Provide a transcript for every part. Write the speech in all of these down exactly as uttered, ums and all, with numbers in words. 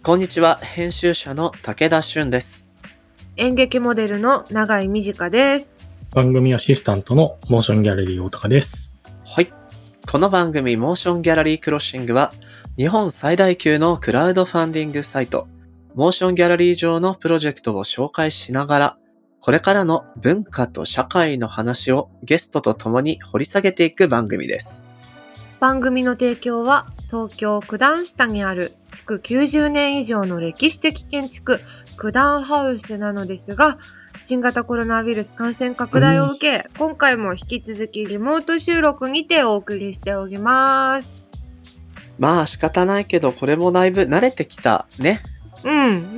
こんにちは、編集者の武田俊です。 演劇モデルの永井美智香です。 番組アシスタントのモーションギャラリー大高です。 はい。この番組モーションギャラリークロッシングは日本最大級のクラウドファンディングサイトモーションギャラリー上のプロジェクトを紹介しながらこれからの文化と社会の話をゲストと共に掘り下げていく番組です。 番組の提供は東京九段下にある築きゅうじゅうねん以上の歴史的建築九段ハウスなのですが、新型コロナウイルス感染拡大を受け、うん、今回も引き続きリモート収録にてお送りしております。 まあ仕方ないけどこれもだいぶ慣れてきたね。 うん、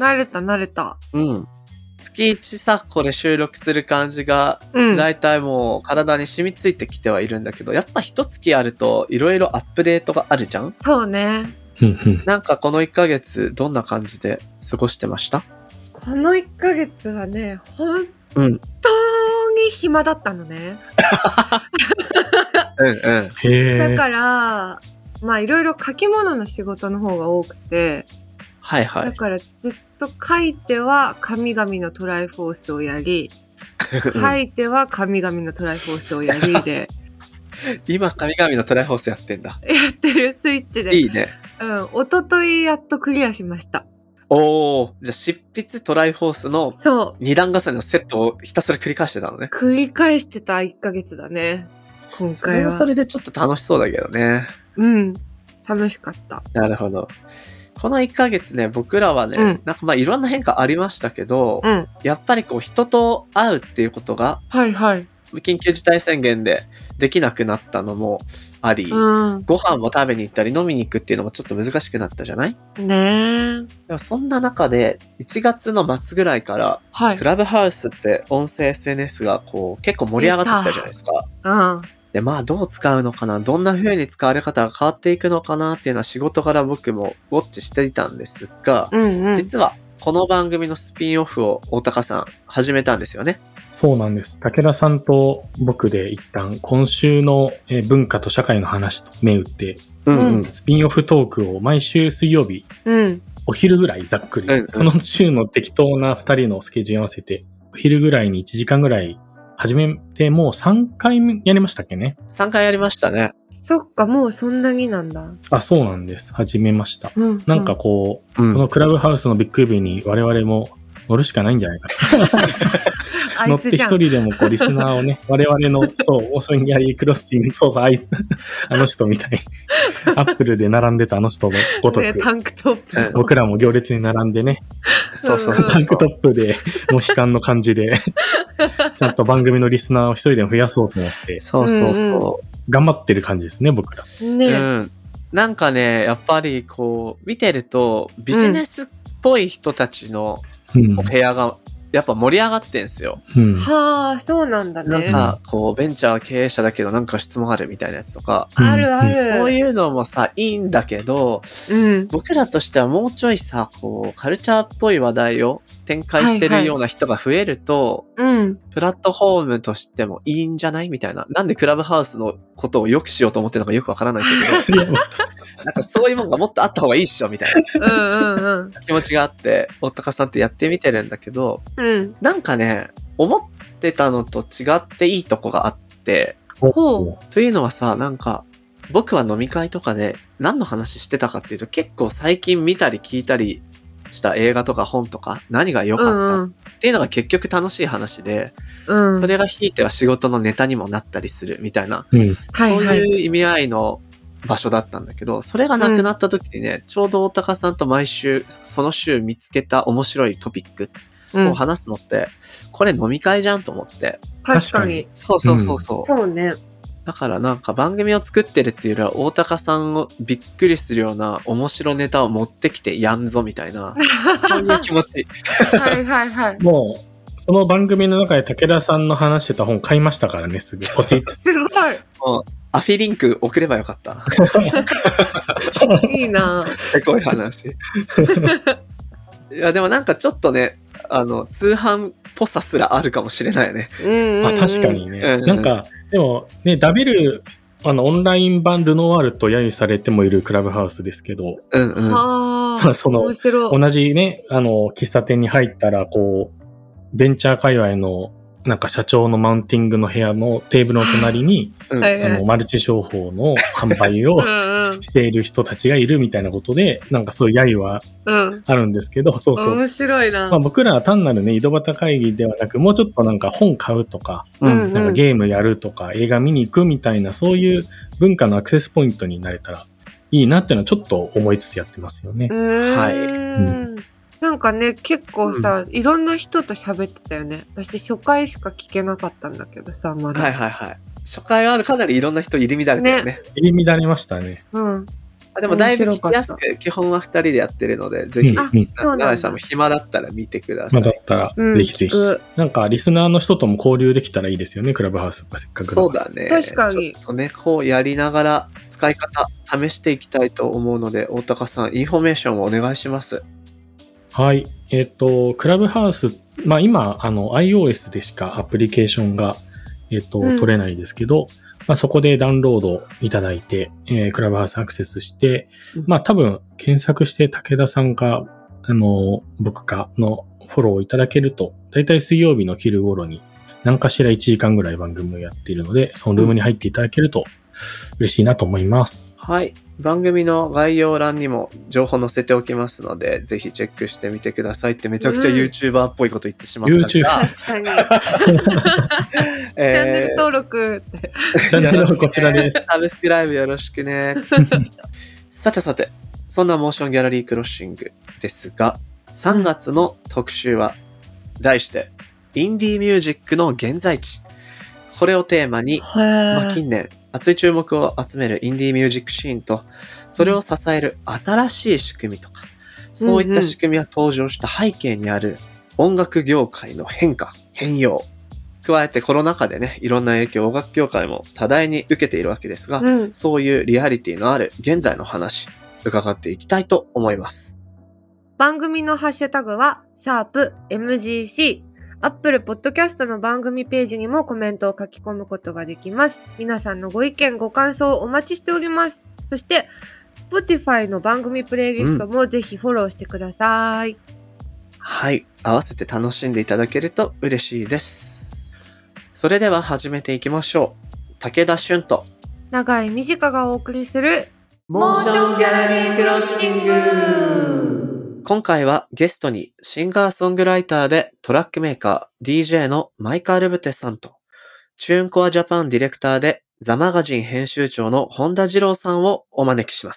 慣れた慣れた。 うん。月いちさ、これ収録する感じが、だいたいもう体に染みついてきてはいるんだけど、やっぱ一月あるといろいろアップデートがあるじゃん？ そうね。 なんかこのいっかげつどんな感じで過ごしてました？ このいっかげつはね、本当に暇だったのね。 うんうん。 へだから、まあいろいろ書き物の仕事の方が多くて、 はいはい。 だからずっと書いては神々のトライフォースをやり、書いては神々のトライフォースをやりで。 今神々のトライフォースやってんだ。 やってるスイッチで。 いいね。 うん、一昨日やっとクリアしました。 おー、じゃあ執筆トライフォースの二段重ねのセットをひたすら繰り返してたのね。 繰り返してたいっかげつだね。今回は。 それもそれでちょっと楽しそうだけどね。 うん、楽しかった。 なるほど。このいっかげつね、僕らはね、うん、なんかまあいろんな変化ありましたけど、うん、やっぱりこう人と会うっていうことが、 はいはい。 緊急事態宣言でできなくなったのもあり、うん、ご飯も食べに行ったり飲みに行くっていうのもちょっと難しくなったじゃない？ ねえ。 でもそんな中でいちがつの末ぐらいから、はい、クラブハウスって音声 エスエヌエス がこう結構盛り上がってきたじゃないですか。うん。で、まあどう使うのかな、どんな風に使われ方が変わっていくのかなっていうのは仕事から僕もウォッチしていたんですが、うんうん、実はこの番組のスピンオフを大高さん始めたんですよね。 そうなんです。武田さんと僕で一旦今週の文化と社会の話と銘打って、うんうん、スピンオフトークを毎週水曜日、うん、お昼ぐらいざっくり、うんうん、その週の適当なふたりのスケジュールに合わせてお昼ぐらいにいちじかんぐらい始めて、もうさんかいやりましたっけね。 さんかいやりましたね。 そっか、もうそんなになんだ。 あ、そうなんです。始めました。うんうん、なんかこう、うん、このクラブハウスのビッグイベに我々も乗るしかないんじゃないかな。乗って一人でもこうリスナーをね、我々の、そう、モーションギャラリークロッシング、そうそう、あいつ、あの人みたいに、アップルで並んでたあの人のごとく、ね、 タンクトップ。 僕らも行列に並んでね、そうそう、タンクトップで、もう悲観の感じで、ちゃんと番組のリスナーを一人でも増やそうと思って、 そうそうそう。 頑張ってる感じですね、僕ら。 ね、 うん。なんかね、やっぱりこう、見てると、ビジネスっぽい人たちの部屋が、やっぱ盛り上がってんすよ。 うん、はあ、そうなんだね。 なんか、こう、ベンチャー経営者だけどなんか質問あるみたいなやつとか。 あるある。 そういうのもさ、いいんだけど、うん、僕らとしてはもうちょいさ、こう、カルチャーっぽい話題を展開してるような人が増えると、はいはい、プラットフォームとしてもいいんじゃないみたいな。なんでクラブハウスのことを良くしようと思ってるのかよくわからないけど、なんかそういうもんがもっとあった方がいいっしょみたいなうんうん、うん、気持ちがあって、大高さんってやってみてるんだけど、うん、なんかね、思ってたのと違っていいとこがあって、 ほうというのはさ、なんか僕は飲み会とかで何の話してたかっていうと、結構最近見たり聞いたりした映画とか本とか何が良かったっていうのが結局楽しい話で、うん、それがひいては仕事のネタにもなったりするみたいな、うん、そういう意味合いの場所だったんだけど、それがなくなった時にね、うん、ちょうど大高さんと毎週その週見つけた面白いトピックを話すのって、うん、これ飲み会じゃんと思って。 確かに。 そうそうそうそう。 うん、そうね。 だからなんか番組を作ってるっていうよりは大高さんをびっくりするような面白ネタを持ってきてやんぞみたいなそういう気持ちはいはいはい。 もうその番組の中で武田さんの話してた本買いましたからね、すぐポチッと。 すごい。 もうアフィリンク送ればよかったいいなせこい話いやでもなんかちょっとね、あの通販っぽさすらあるかもしれないよね。 うんうんうん、 あ、確かにね、うんうん、なんかでもね、ダビルあのオンライン版ルノワールと揶揄されてもいるクラブハウスですけど、 うんうん、 ああ、 その面白い。 同じね、あの、喫茶店に入ったら、こう、ベンチャー界隈の、なんか社長のマウンティングの部屋のテーブルの隣に、 うんはいはいあの、マルチ商法の販売をうんうん。 している人たちがいるみたいなことで、なんかそういう揶揄はうん。 あるんですけど、そうそう。 面白いな。 まあ僕らは単なるね、井戸端会議ではなく、もうちょっとなんか本買うとか、 うんうんなんかゲームやるとか、映画見に行くみたいな、そういう文化のアクセスポイントになれたらいいなっていうのはちょっと思いつつやってますよね。 うーん。 はいうんなんかね、結構さ、いろんな人と喋ってたよね。私初回しか聞けなかったんだけどさ、まだ。 はいはいはい。初回はかなりいろんな人入り乱れたよね。 入り乱れましたね。 うん。 あでもだいぶ面白かった聞きやすく、基本はふたりでやってるので、ぜひ、 うんうんそうなんだ永井さんも暇だったら見てください。 まあだったら、 うんぜひぜひ聞く。 なんかリスナーの人とも交流できたらいいですよね、クラブハウスがせっかくだから。 そうだね。 確かにちょっとね、こうやりながら使い方試していきたいと思うので、大高さん、インフォメーションをお願いします。 はい。えっ、と、クラブハウス、まあ今、あの、iOS でしかアプリケーションが、えっ、と、 うん取れないですけど、まあそこでダウンロードいただいて、えークラブハウスアクセスして、 うんまあ多分検索して武田さんか、あの、僕かのフォローをいただけると、だいたい水曜日の昼頃に何かしらいちじかんぐらい番組をやっているので、そのルームに入っていただけると嬉しいなと思います。 はい。番組の概要欄にも情報載せておきますので、ぜひチェックしてみてくださいってめちゃくちゃうん YouTuber っぽいこと言ってしまったが、 YouTube 確かに。チャンネル登録って。 チャンネルはこちらです。 サブスクライブよろしくね。さてさて、そんなモーションギャラリークロッシングですが、さんがつの特集は、題して、インディーミュージックの現在地。これをテーマに、まあ、近年、熱い注目を集めるインディーミュージックシーンと、それを支える新しい仕組みとか、そういった仕組みが登場した背景にある音楽業界の変化、変容。加えてコロナ禍でね、いろんな影響を音楽業界も多大に受けているわけですが、 うん、 そういうリアリティのある現在の話、伺っていきたいと思います。 番組のハッシュタグは、シャープ エムジーシー。Apple Podcast の番組ページにもコメントを書き込むことができます。皆さんのご意見、ご感想をお待ちしております。そして、Spotify の番組プレイリストもぜひフォローしてください。うん、 はい。合わせて楽しんでいただけると嬉しいです。それでは始めていきましょう。武田俊と永井美智香がお送りするモーションギャラリークロッシング。今回はゲストにシンガーソングライターでトラックメーカー ディージェー のマイカールブテさんとチューンコアジャパンディレクターでザマガジン編集長の本田二郎さんをお招きします。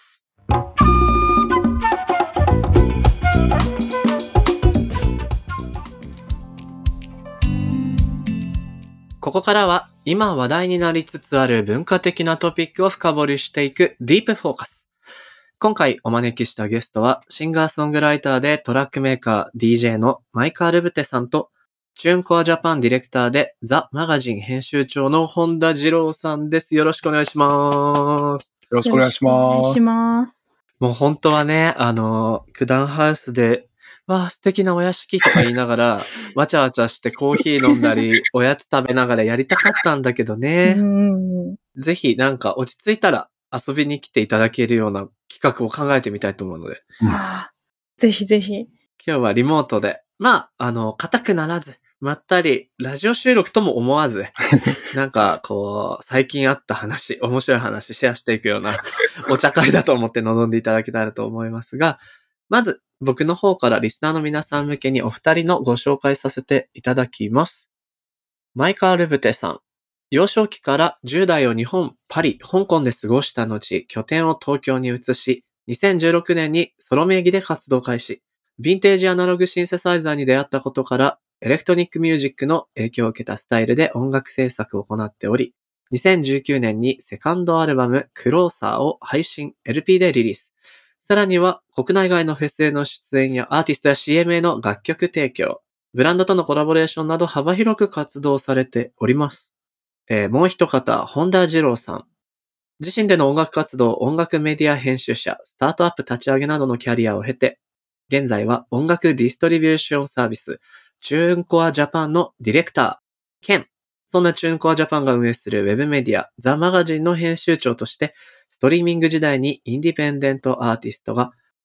ここからは今話題になりつつある文化的なトピックを深掘りしていくディープフォーカス。今回お招きしたゲストはシンガーソングライターでトラックメーカー ディージェー のマイカールブテさんとチューンコアジャパンディレクターでザ・マガジン編集長の本田二郎さんです。よろしくお願いします。 よろしくお願いします。お願いします。 もう本当はね、あの、九段ハウスでわあ素敵なお屋敷とか言いながらわちゃわちゃしてコーヒー飲んだりおやつ食べながらやりたかったんだけどね。 うんぜひなんか落ち着いたら遊びに来ていただけるような企画を考えてみたいと思うので。 うん、 ぜひぜひ。 今日はリモートで、まあ、あの、硬くならず、まったり、ラジオ収録とも思わず、なんか、こう、最近あった話、面白い話、シェアしていくようなお茶会だと思って臨んでいただけたらと思いますが、まず、僕の方からリスナーの皆さん向けにお二人のご紹介させていただきます。マイカールブテさん。幼少期からじゅう代を日本、パリ、香港で過ごした後、拠点を東京に移し、にせんじゅうろくねんにソロ名義で活動開始。ヴィンテージアナログシンセサイザーに出会ったことから、エレクトニックミュージックの影響を受けたスタイルで音楽制作を行っており、にせんじゅうきゅうねんにセカンドアルバムクローサーを配信 エルピー でリリース。さらには国内外のフェスへの出演やアーティストや シーエム への楽曲提供、ブランドとのコラボレーションなど幅広く活動されております。えー、もう一方、本田二郎さん。自身での音楽活動、音楽メディア編集者、スタートアップ立ち上げなどのキャリアを経て、現在は音楽ディストリビューションサービス、チューンコアジャパンのディレクター、兼、そんなチューンコアジャパンが運営するウェブメディア、ザ・マガジンの編集長として、ストリーミング時代にインディペンデントアーティストが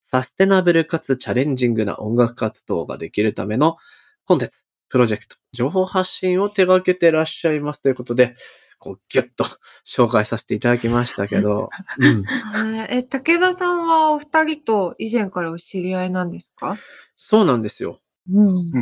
サステナブルかつチャレンジングな音楽活動ができるためのコンテンツ、プロジェクト、情報発信を手掛けてらっしゃいますということで、こうギュッと紹介させていただきましたけど、うん、 え、武田さんはお二人と以前からお知り合いなんですか？ そうなんですよ。 うん、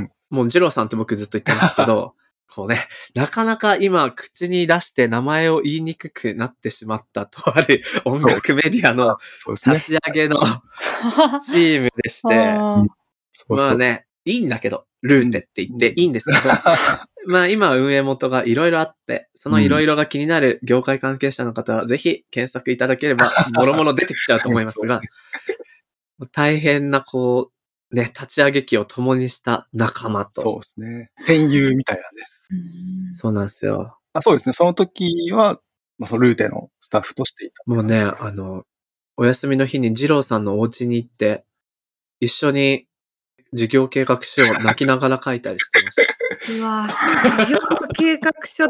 もうジローさんって僕ずっと言ってますけど、こうね、なかなか今口に出して名前を言いにくくなってしまったとある音楽メディアの立ち上げのチームでして、まあね、いいんだけど、ルーテって言っていいんですけど、まあ今運営元がいろいろあって、そのいろいろが気になる業界関係者の方はぜひ検索いただければ、もろもろ出てきちゃうと思いますが、大変なこう、ね、立ち上げ期を共にした仲間と。 そうですね。戦友みたいなね。 そうなんですよ。 あ、そうですね。その時は、まあ、そのルーテのスタッフとしていた。 もうね、あの、お休みの日に二郎さんのお家に行って、一緒に事業計画書を泣きながら書いたりしてました。 うわぁ、事業計画書って、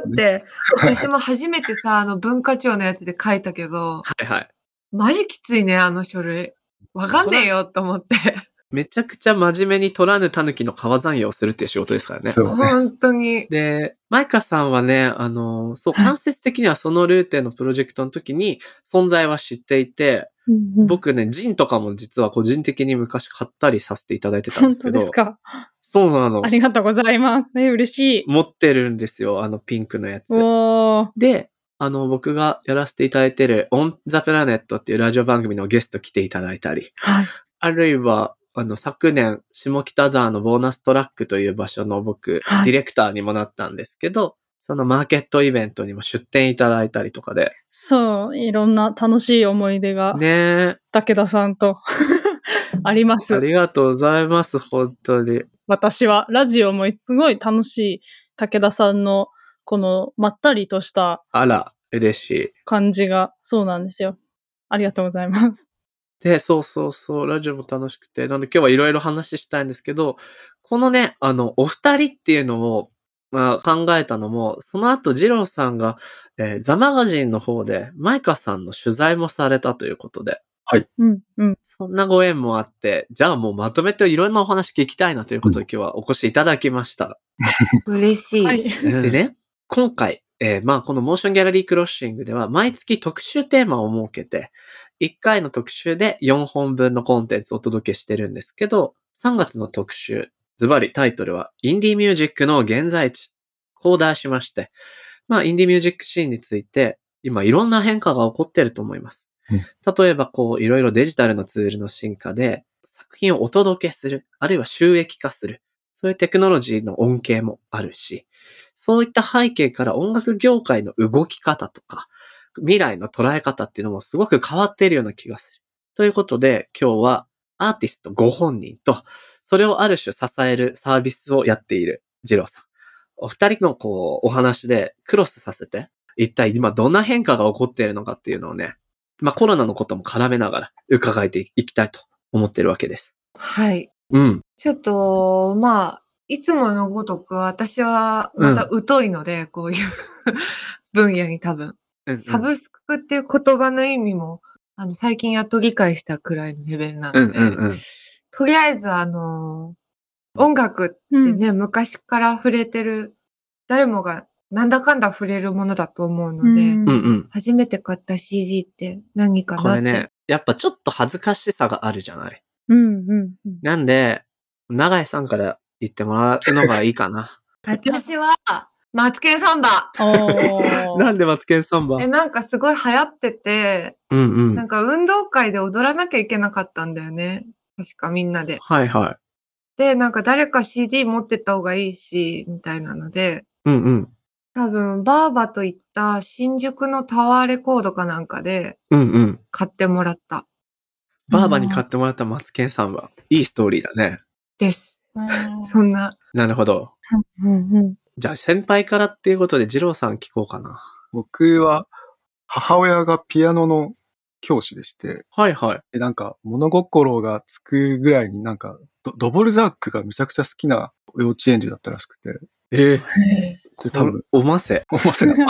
私も初めてさ、あの文化庁のやつで書いたけど、 はいはい。 マジきついね、あの書類。わかんねえよと思って。 めちゃくちゃ真面目に取らぬ狸の川残業をするっていう仕事ですからね。 そうね。 本当に。 で、マイカさんはね、あの、そう、間接的にはそのルーテのプロジェクトの時に存在は知っていて、うんうん、僕ね、ジンとかも実は個人的に昔買ったりさせていただいてたんですけど。 本当ですか？ そうなの。 ありがとうございます。ね、嬉しい。 持ってるんですよ、あのピンクのやつ。 おー。 で、あの、僕がやらせていただいてる On the Planet っていうラジオ番組のゲスト来ていただいたり、 はい。 あるいは、あの、昨年、下北沢のボーナストラックという場所の僕、はい、ディレクターにもなったんですけど、そのマーケットイベントにも出展いただいたりとかで。 そう、いろんな楽しい思い出が。 ねえ。 武田さんとあります。 ありがとうございます、本当に。 私は、ラジオもすごい楽しい武田さんの、このまったりとした。 あら、嬉しい。 感じが、そうなんですよ。ありがとうございます。 で、そうそうそう、ラジオも楽しくて、なんで今日はいろいろ話したいんですけど、このね、あの、お二人っていうのを、まあ、考えたのも、その後、ジローさんが、えー、ザマガジンの方で、マイカさんの取材もされたということで。 はい。 うん、うん。 そんなご縁もあって、じゃあもうまとめていろんなお話聞きたいなということで、今日はお越しいただきました。 嬉しい。 はい、 でね、今回、えー、まあ、このモーションギャラリークロッシングでは、毎月特集テーマを設けて、いっかいの特集でよんほんぶんのコンテンツをお届けしてるんですけど、さんがつの特集、ズバリタイトルは、インディーミュージックの現在地。こう題しまして、まあ、インディーミュージックシーンについて、今いろんな変化が起こっていると思います。うん、例えば、こう、いろいろデジタルのツールの進化で、作品をお届けする、あるいは収益化する、そういうテクノロジーの恩恵もあるし、そういった背景から音楽業界の動き方とか、未来の捉え方っていうのもすごく変わっているような気がする。ということで、今日はアーティストご本人と、それをある種支えるサービスをやっているジローさん。お二人のこう、お話でクロスさせて、一体今どんな変化が起こっているのかっていうのをね、まあコロナのことも絡めながら伺えていきたいと思っているわけです。 はい。 うん。 ちょっと、まあ、いつものごとく私はまた疎いので、うん、こういう分野に多分。うんうん、サブスクっていう言葉の意味も、あの、最近やっと理解したくらいのレベルなので、うんうんうん、とりあえずあの、音楽ってね、うん、昔から触れてる、誰もがなんだかんだ触れるものだと思うので、うんうん、初めて買った シージー って何かなって。 これね、やっぱちょっと恥ずかしさがあるじゃない。 うんうんうん、 なんで、永井さんから言ってもらうのがいいかな。 私は、マツケンサンバ。 なんでマツケンサンバ？ え、なんかすごい流行ってて、うんうん、なんか運動会で踊らなきゃいけなかったんだよね。確かみんなで。 はいはい。 で、なんか誰か シーディー 持ってった方がいいし、みたいなので、 うんうん。 多分、バーバと行った新宿のタワーレコードかなんかで、 うんうん。 買ってもらった。 バーバに買ってもらったマツケンサンバ。いいストーリーだね。 です。そんな。 なるほど。 うんうん、 じゃあ先輩からっていうことで、二郎さん聞こうかな。 僕は、母親がピアノの教師でして、 はいはい。 なんか物心がつくぐらいになんかド、ドボルザークがめちゃくちゃ好きな幼稚園児だったらしくて。 ええー。多分、おませ。 おませなの。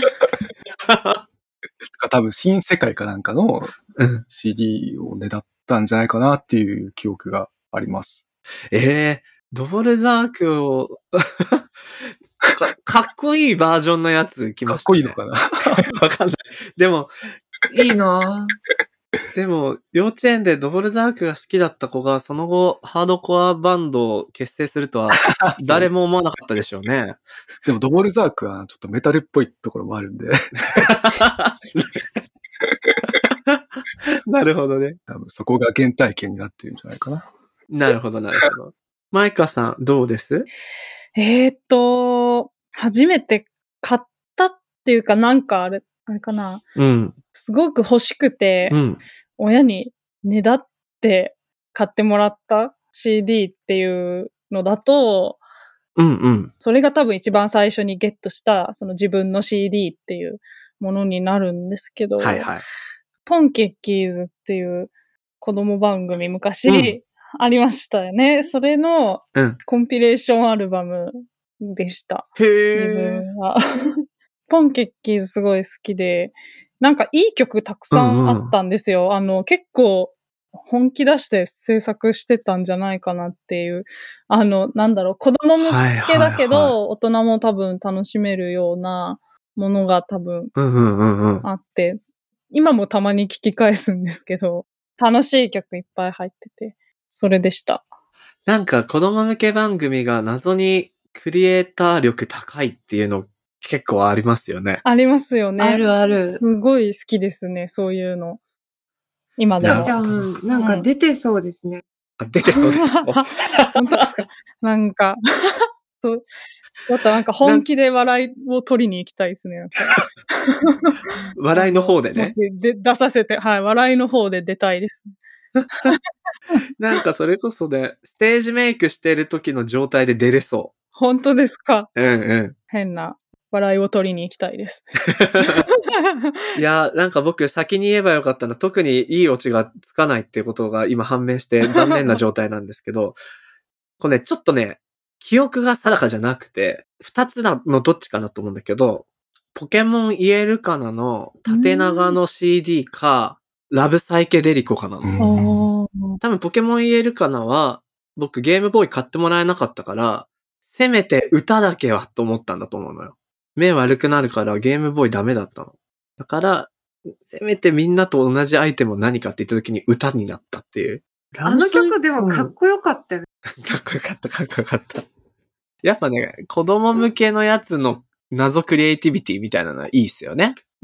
多分、新世界かなんかの シーディー をねだったんじゃないかなっていう記憶があります。 ええー、ドボルザークをか、かっこいいバージョンのやつ来ましたね。 かっこいいのかなわかんない。でも、 いいなでも、幼稚園でドボルザークが好きだった子が、その後、ハードコアバンドを結成するとは、誰も思わなかったでしょうね。 でも、ドボルザークはちょっとメタルっぽいところもあるんで。 なるほどね。 多分そこが原体験になってるんじゃないかな。 なるほど、なるほど。マイカさん、どうです？ えーっと、初めて買ったっていうか、なんかあれ、あれかな。 うん。 すごく欲しくて、 うん、 親にねだって買ってもらった シーディー っていうのだと、 うんうん。 それが多分一番最初にゲットした、その自分の シーディー っていうものになるんですけど、 はいはい。 ポンキッキーズっていう子供番組昔、うんありましたよね。それのコンピレーションアルバムでした。 へー。 自分は。ポンキッキーズすごい好きで、なんかいい曲たくさんあったんですよ。うんうん、あの、結構本気出して制作してたんじゃないかなっていう。あの、なんだろう、子供向けだけど、はいはいはい、大人も多分楽しめるようなものが多分あって、うんうんうんうん、今もたまに聞き返すんですけど、楽しい曲いっぱい入ってて。それでした。 なんか子供向け番組が謎にクリエイター力高いっていうの結構ありますよね。 ありますよね。 あるある。 すごい好きですね、そういうの。今でも。 じゃあ、なんか出てそうですね。 うん、あ出てそうですか。 本当ですか。なんか、そう、そうだなんか本気で笑いを取りに行きたいですね。 笑いの方でね。 もしで出させて、はい、笑いの方で出たいです。 なんかそれこそね、ステージメイクしてる時の状態で出れそう。 本当ですか？ うんうん。 変な笑いを取りに行きたいです。 いや、なんか僕先に言えばよかったな。特にいいオチがつかないっていうことが今判明して残念な状態なんですけど、これね、ちょっとね、記憶が定かじゃなくて、二つのどっちかなと思うんだけど、ポケモンイエルカナの縦長の シーディー か、ラブサイケデリコかなの。多分ポケモンイエルカナは、僕ゲームボーイ買ってもらえなかったから、せめて歌だけはと思ったんだと思うのよ。目悪くなるからゲームボーイダメだったの。だから、せめてみんなと同じアイテムを何かって言った時に歌になったっていう。 あの曲でもかっこよかったよね。 かっこよかった、かっこよかった。やっぱね、子供向けのやつの謎クリエイティビティみたいなのはいいっすよね。 うん。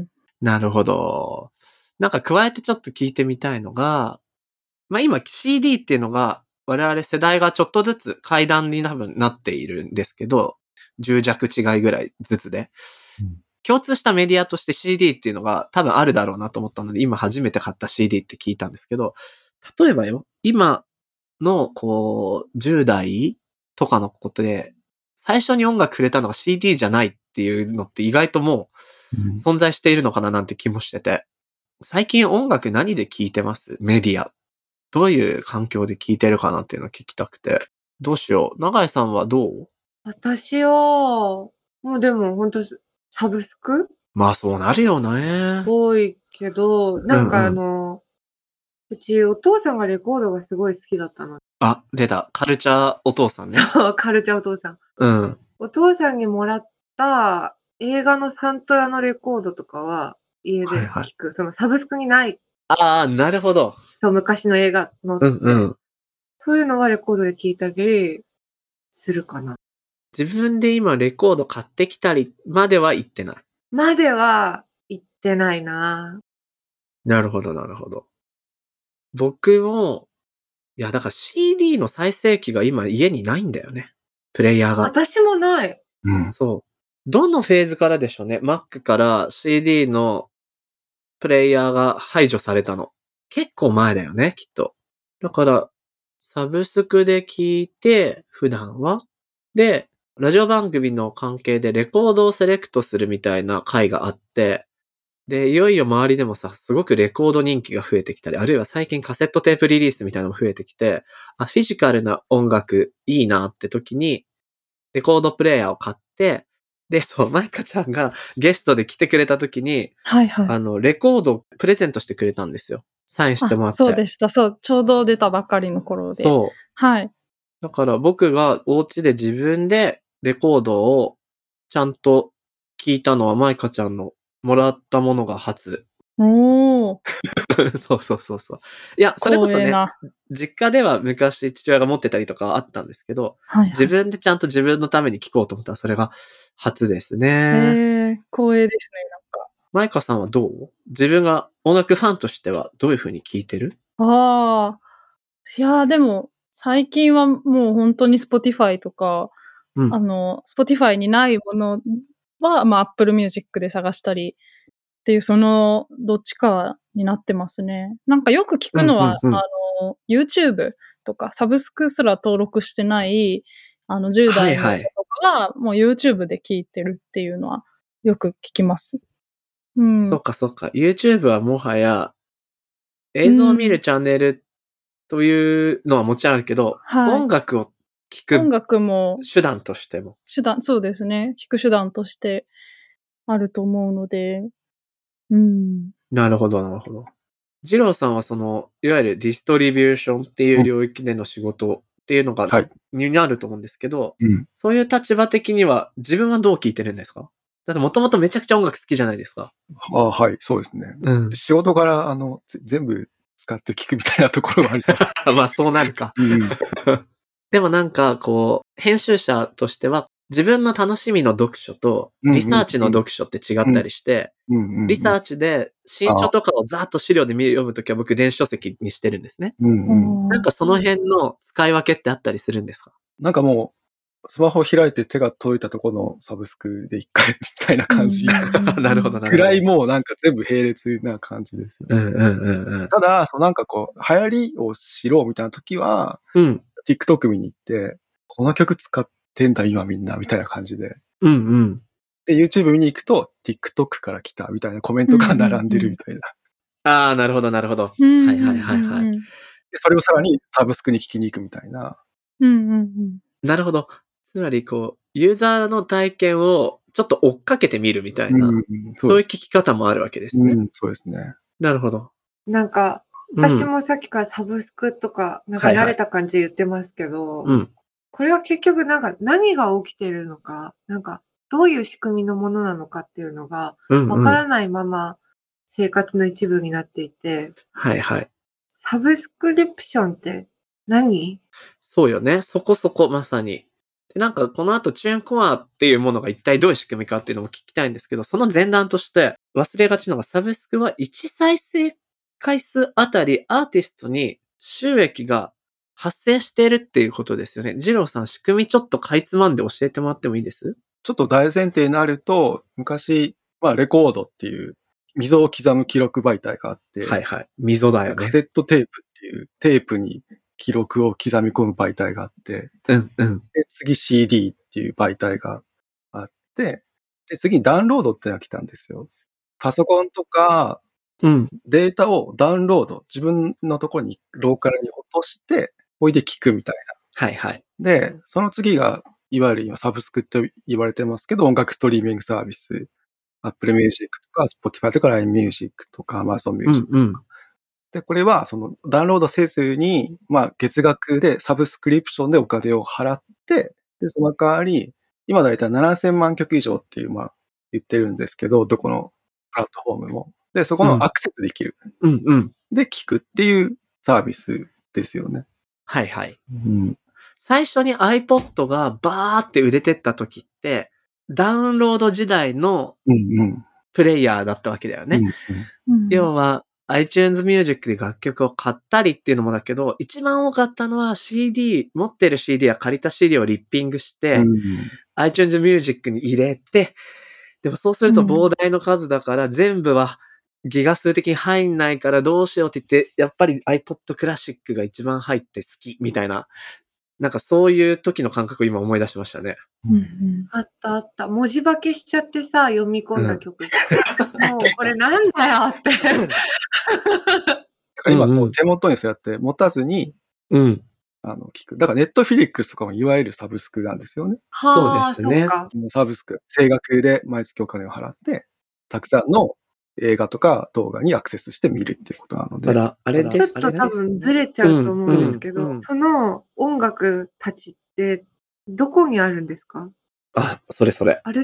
なるほど。なんか加えてちょっと聞いてみたいのが、まあ今 シーディー っていうのが我々世代がちょっとずつ階段に多分なっているんですけど、じゅう弱違いぐらいずつで、うん。共通したメディアとして シーディー っていうのが多分あるだろうなと思ったので、今初めて買った シーディー って聞いたんですけど、例えばよ、今のこうじゅう代とかのことで、最初に音楽くれたのが シーディー じゃないっていうのって意外ともう存在しているのかななんて気もしてて、最近音楽何で聴いてます？メディア。どういう環境で聴いてるかなっていうのを聞きたくて。どうしよう。永井さんはどう？ 私は、もうでも本当サブスク？ まあそうなるよね。 多いけど、なんかあの、うんうん、うちお父さんがレコードがすごい好きだったの。 あ、出た。カルチャーお父さんね。 そう、カルチャーお父さん。 うん。 お父さんにもらった映画のサントラのレコードとかは家で聴く。はいはい、そのサブスクにない。 ああ、なるほど。 そう、昔の映画の。 うんうん。 そういうのはレコードで聴いたりするかな。 自分で今レコード買ってきたりまでは行ってない。 までは行ってないな。 なるほど、なるほど。僕も、いや、だから シーディー の再生機が今家にないんだよね。プレイヤーが。 私もない。 うん。そう。どのフェーズからでしょうね。Mac から シーディー のプレイヤーが排除されたの。結構前だよね、きっと。だから、サブスクで聞いて、普段は。で、ラジオ番組の関係でレコードをセレクトするみたいな回があって、で、いよいよ周りでもさ、すごくレコード人気が増えてきたり、あるいは最近カセットテープリリースみたいなのも増えてきて、あ、フィジカルな音楽いいなって時に、レコードプレイヤーを買って、で、そう、マイカちゃんがゲストで来てくれた時に、 はいはい。 あの、レコードをプレゼントしてくれたんですよ。 サインしてもらって。 そうでした。そう。ちょうど出たばかりの頃で。 そう。 はい。 だから僕がお家で自分でレコードをちゃんと聞いたのはマイカちゃんのもらったものが初。 おー。 そうそうそうそう。いや、それこそね、 な実家では昔父親が持ってたりとかあったんですけど、 はいはい、 自分でちゃんと自分のために聞こうと思ったらそれが初ですね。 へー、光栄ですね、なんか。 マイカさんはどう？自分が音楽ファンとしてはどういう風に聞いてる？ ああ。いやーでも、最近はもう本当に Spotify とか、うん、あの、Spotify にないものは、まあ Apple Music で探したりっていう、その、どっちかになってますね。なんかよく聞くのは、うんうんうん、あの、YouTube とか、サブスクすら登録してない、あの、じゅう代の子とかは、はいはい、もう YouTube で聞いてるっていうのは、よく聞きます。 うん。そっかそっか。YouTube はもはや、映像を見るチャンネルというのはもちろんあるけど、うんはい、音楽を聞く。 音楽も。 手段としても。 手段、そうですね。聞く手段としてあると思うので。うん。 なるほど、なるほど。ジローさんはその、いわゆるディストリビューションっていう領域での仕事っていうのが、はい、になると思うんですけど、うん、そういう立場的には自分はどう聞いてるんですか？だってもともとめちゃくちゃ音楽好きじゃないですか。 ああ、はい、そうですね。うん、仕事からあの全部使って聞くみたいなところがあります。 まあそうなるか。うん、でもなんかこう、編集者としては自分の楽しみの読書とリサーチの読書って違ったりして、リサーチで新書とかをざーっと資料で読むときは僕電子書籍にしてるんですね。うんうん、なんかその辺の使い分けってあったりするんですか？ なんかもう、スマホ開いて手が届いたところのサブスクで一回みたいな感じ。 なるほど、なるほど。 くらいもうなんか全部並列な感じですよね。うんうんうんうん、ただ、そのなんかこう、流行りを知ろうみたいな時は、うん、TikTok 見に行って、この曲使ってんだ今みんなみたいな感じで。うんうん。で、YouTube 見に行くと TikTok から来たみたいなコメントが並んでるみたいな。 うんうんうん、ああ、なるほど、なるほど。はいはいはいはい。 で、それをさらにサブスクに聞きに行くみたいな。 うんうんうん。 なるほど。つまりこう、ユーザーの体験をちょっと追っかけてみるみたいな、うんうん、そういう聞き方もあるわけですね。 うん、そうですね。 なるほど。 なんか、私もさっきからサブスクとか、なんか慣れた感じで言ってますけど、はいはい、うん、これは結局なんか何が起きてるのか、なんかどういう仕組みのものなのかっていうのが、わからないまま生活の一部になっていて、 うん、はいはい。 サブスクリプションって何？ そうよね。そこそこまさに。で、なんかこの後チューンコアっていうものが一体どういう仕組みかっていうのも聞きたいんですけど、その前段として忘れがちなのがサブスクはいち再生回数あたりアーティストに収益が発生しているっていうことですよね。ジローさん、仕組みちょっとかいつまんで教えてもらってもいいです？ ちょっと大前提になると、昔、まあレコードっていう溝を刻む記録媒体があって、 はいはい。溝だよね。 カセットテープっていうテープに記録を刻み込む媒体があって、 うんうん。 で、次 シーディー っていう媒体があって、で、次にダウンロードってのが来たんですよ。パソコンとか、うん、データをダウンロード、自分のところにローカルに落として、おいで聞くみたいな。はいはい。 で、その次が、いわゆる今サブスクって言われてますけど、音楽ストリーミングサービス、Apple Music とか Spotify とか ライン Music とか Amazon Music とか。うんうん、で、これはそのダウンロードせずに、まあ月額でサブスクリプションでお金を払って、で、その代わり、今だいたいななせんまんきょく以上っていう、まあ言ってるんですけど、どこのプラットフォームも。で、そこのアクセスできる。 うんうん。 で、聞くっていうサービスですよね。 はいはい。うん、最初に iPod がバーって売れてった時って、ダウンロード時代のプレイヤーだったわけだよね。うんうん、要は iTunes Music で楽曲を買ったりっていうのもだけど、一番多かったのは シーディー、持ってる シーディー や借りた シーディー をリッピングして、うんうん、iTunes Music に入れて、でもそうすると膨大の数だから全部はギガ数的に入んないからどうしようって言って、やっぱり iPod クラシックが一番入って好きみたいな、なんかそういう時の感覚を今思い出しましたね。 うんうん、あったあった。文字化けしちゃってさ、読み込んだ曲。うん、もうこれなんだよって。 今こう手元にそうやって持たずに、うん、あの聞く。だからネットフィリックスとかもいわゆるサブスクなんですよね。 はあ、そうですね。 サブスク。定額で毎月お金を払って、たくさんの映画とか動画にアクセスして見るっていうことなので。 だから、あれでちょっと多分ずれちゃうと思うんですけど、 うんうんうん、 その音楽たちってどこにあるんですか？ あ、それそれ。 あれって、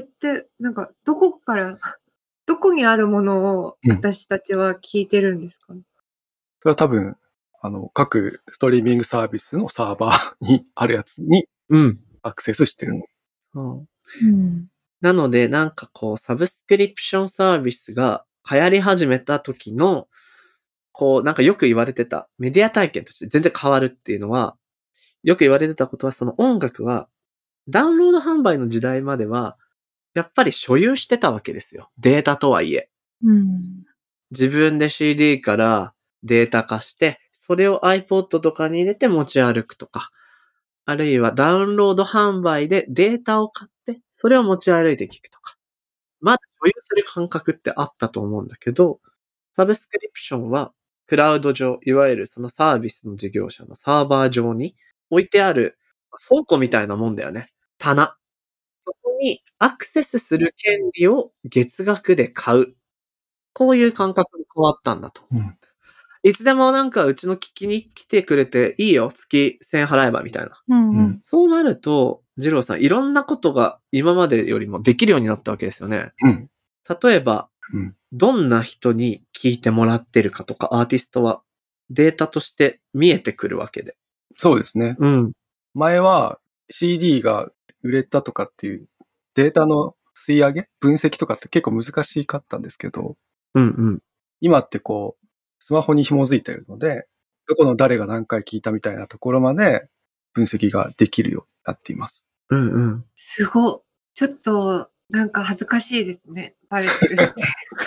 なんか、どこから、どこにあるものを私たちは聞いてるんですか？うん、 それは多分、あの、各ストリーミングサービスのサーバーにあるやつにアクセスしてるの。 うんうん、 なので、なんかこう、サブスクリプションサービスが流行り始めた時の、こう、なんかよく言われてた、メディア体験として全然変わるっていうのは、よく言われてたことは、その音楽は、ダウンロード販売の時代までは、やっぱり所有してたわけですよ。データとはいえ。 うん、 自分で シーディー からデータ化して、それを iPod とかに入れて持ち歩くとか、あるいはダウンロード販売でデータを買って、それを持ち歩いて聞くとか。まだ所有する感覚ってあったと思うんだけど、サブスクリプションはクラウド上、いわゆるそのサービスの事業者のサーバー上に置いてある倉庫みたいなもんだよね。棚。そこにアクセスする権利を月額で買う。こういう感覚に変わったんだと。 うん、 いつでもなんかうちの聞きに来てくれていいよ。月せんえん払えばみたいな。 うんうん、 そうなると、二郎さん、いろんなことが今までよりもできるようになったわけですよね。 うん、 例えば、 うん、 どんな人に聞いてもらってるかとか、アーティストはデータとして見えてくるわけで。 そうですね。 うん。 前は シーディー が売れたとかっていうデータの吸い上げ、分析とかって結構難しかったんですけど、 うんうん。 今ってこう、スマホに紐づいてるので、どこの誰が何回聞いたみたいなところまで分析ができるようになっています。 うんうん。 すご。ちょっと、なんか恥ずかしいですね。バレてるって。